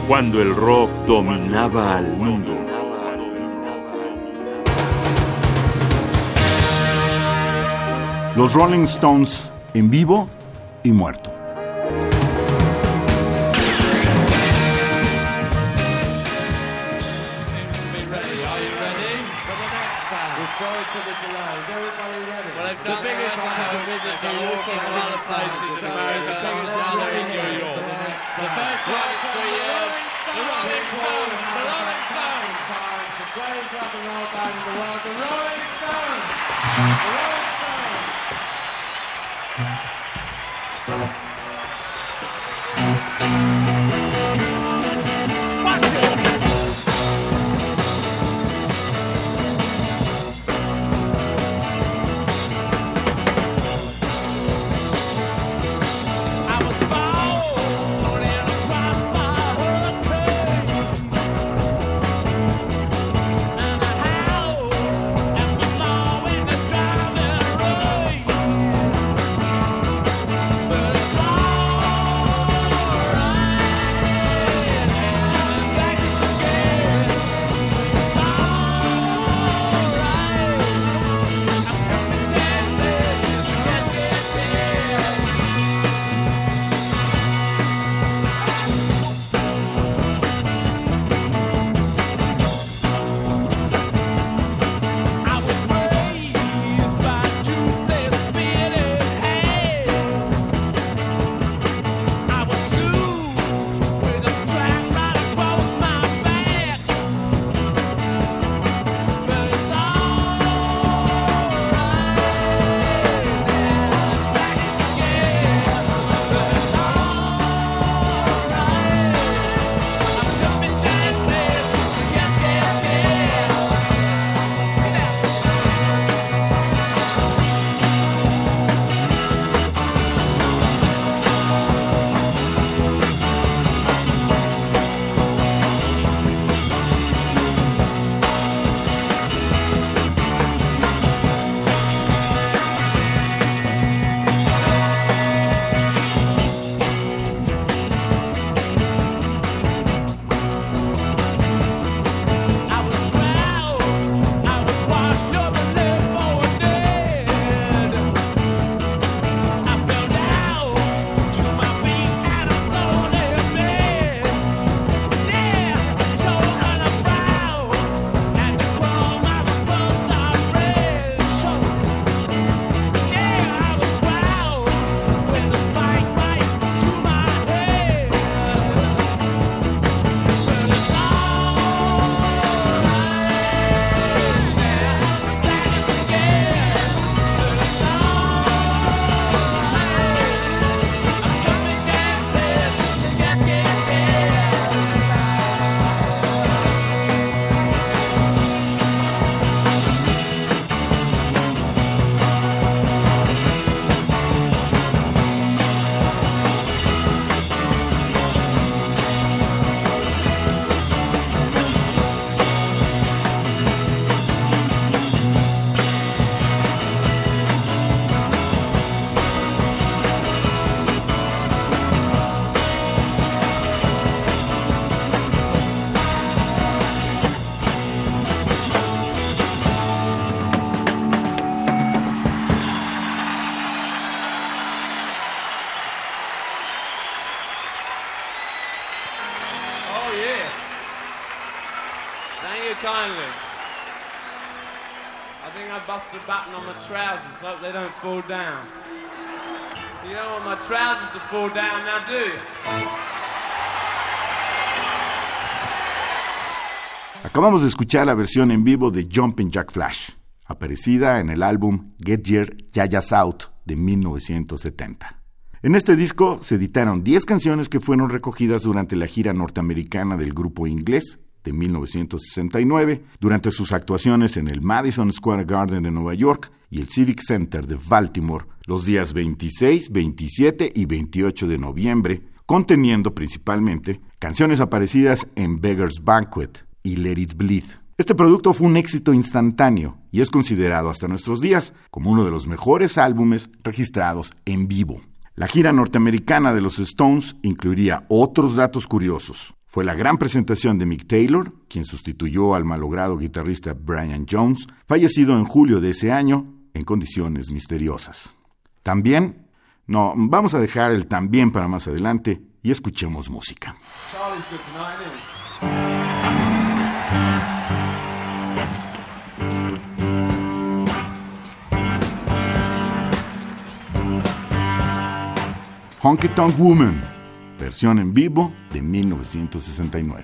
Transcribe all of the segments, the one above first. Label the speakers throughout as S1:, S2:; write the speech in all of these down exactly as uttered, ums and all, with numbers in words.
S1: cuando el rock dominaba al mundo.
S2: Los Rolling Stones en vivo y muerto.
S3: Kindly. I think I busted a button on my trousers, so hope they don't fall down. You don't want my trousers to fall down now, do you?
S2: Acabamos de escuchar la versión en vivo de Jumpin' Jack Flash, aparecida en el álbum Get Your Yayas Out de mil novecientos setenta. En este disco se editaron diez canciones que fueron recogidas durante la gira norteamericana del grupo inglés de mil novecientos sesenta y nueve, durante sus actuaciones en el Madison Square Garden de Nueva York y el Civic Center de Baltimore los días veintiséis, veintisiete y veintiocho de noviembre, conteniendo principalmente canciones aparecidas en Beggar's Banquet y Let It Bleed. Este producto fue un éxito instantáneo y es considerado hasta nuestros días como uno de los mejores álbumes registrados en vivo. La gira norteamericana de los Stones incluiría otros datos curiosos. Fue la gran presentación de Mick Taylor, quien sustituyó al malogrado guitarrista Brian Jones, fallecido en julio de ese año en condiciones misteriosas. También, no, vamos a dejar el también para más adelante y escuchemos música.
S3: Charlie's good tonight, isn't he?
S2: Honky Tonk Woman, versión en vivo de mil novecientos sesenta y nueve.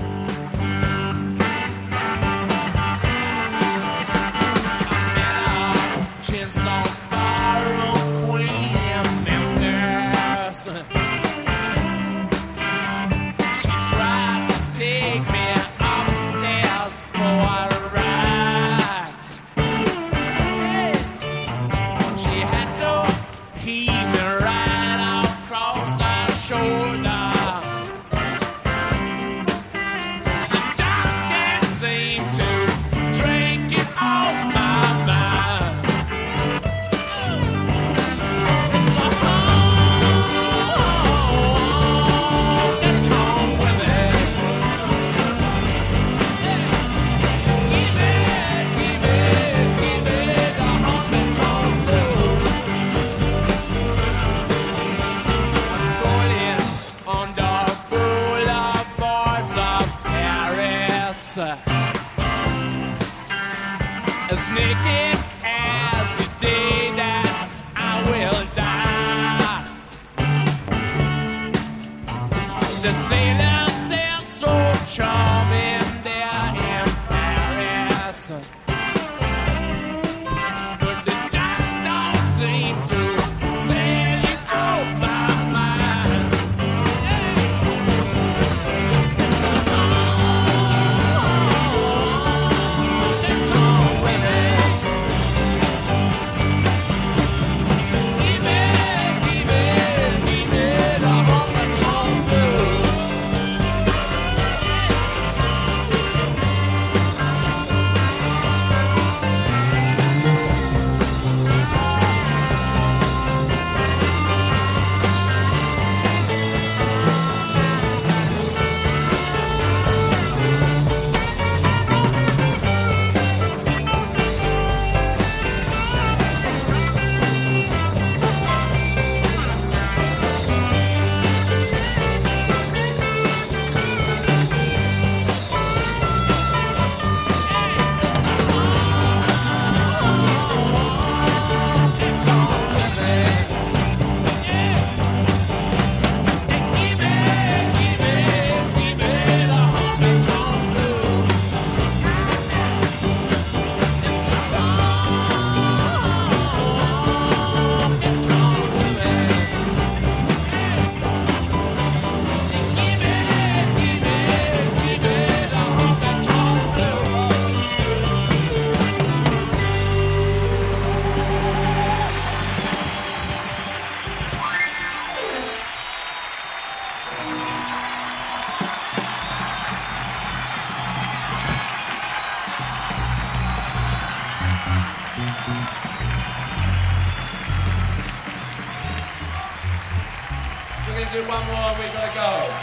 S3: As naked as the day that I will die. The sailors, they're so charming there in Paris, but they just don't seem to sail it off my mind. They're torn with it. We're going to do one more and we've got to go.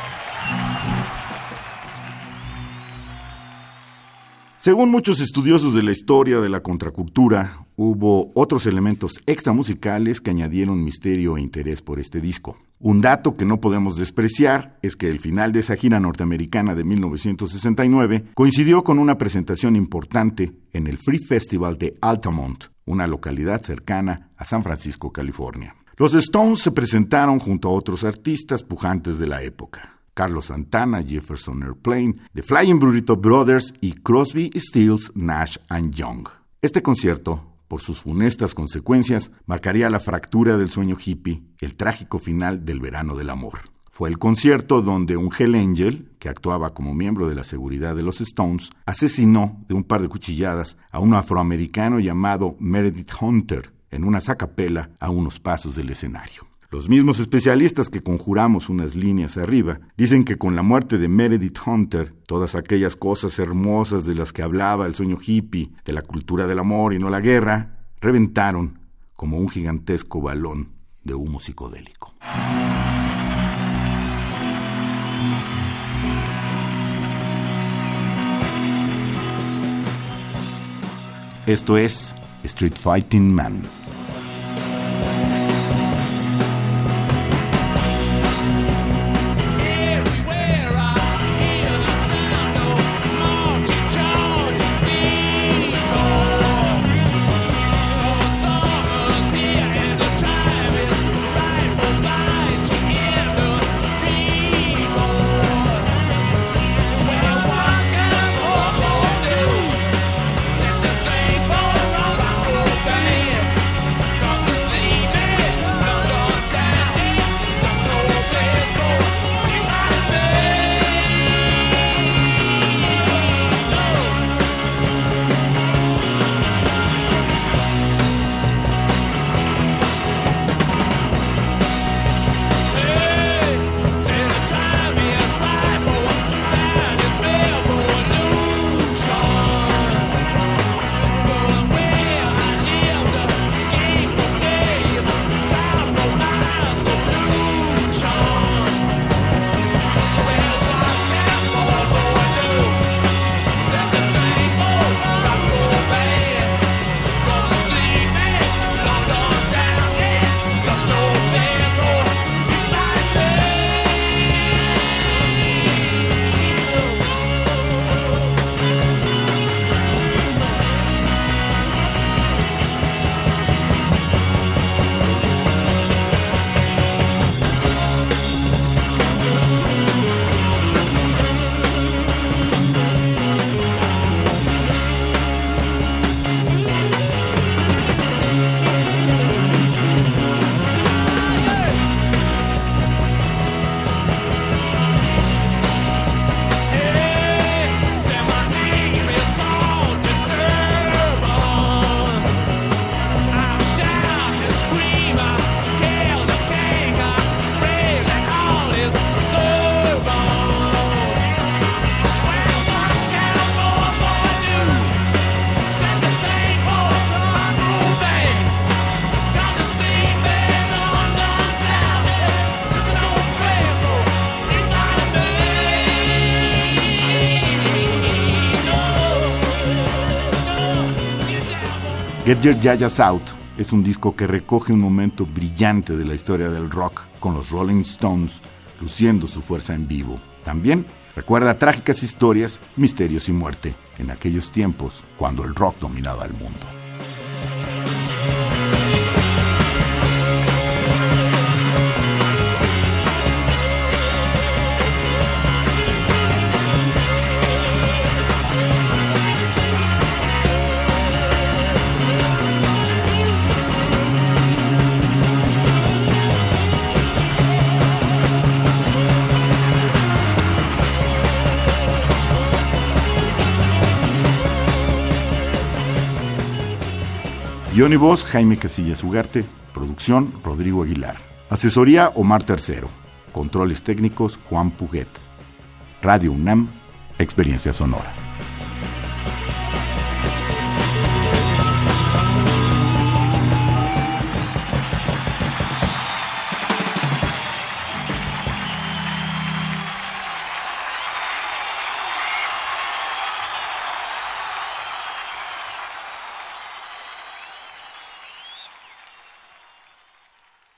S2: Según muchos estudiosos de la historia de la contracultura, hubo otros elementos extramusicales que añadieron misterio e interés por este disco. Un dato que no podemos despreciar es que el final de esa gira norteamericana de mil novecientos sesenta y nueve coincidió con una presentación importante en el Free Festival de Altamont, una localidad cercana a San Francisco, California. Los Stones se presentaron junto a otros artistas pujantes de la época: Carlos Santana, Jefferson Airplane, The Flying Burrito Brothers y Crosby, Stills, Nash and Young. Este concierto, por sus funestas consecuencias, marcaría la fractura del sueño hippie, el trágico final del verano del amor. Fue el concierto donde un Hell Angel, que actuaba como miembro de la seguridad de los Stones, asesinó de un par de cuchilladas a un afroamericano llamado Meredith Hunter en una sacapela a unos pasos del escenario. Los mismos especialistas que conjuramos unas líneas arriba dicen que con la muerte de Meredith Hunter, todas aquellas cosas hermosas de las que hablaba el sueño hippie, de la cultura del amor y no la guerra, reventaron como un gigantesco balón de humo psicodélico. Esto es Street Fighting Man. Get Your Yayas Out es un disco que recoge un momento brillante de la historia del rock, con los Rolling Stones luciendo su fuerza en vivo. También recuerda trágicas historias, misterios y muerte en aquellos tiempos cuando el rock dominaba el mundo. Guión y voz, Jaime Casillas Ugarte. Producción, Rodrigo Aguilar. Asesoría, Omar Tercero. Controles técnicos, Juan Puget. Radio UNAM, Experiencia Sonora.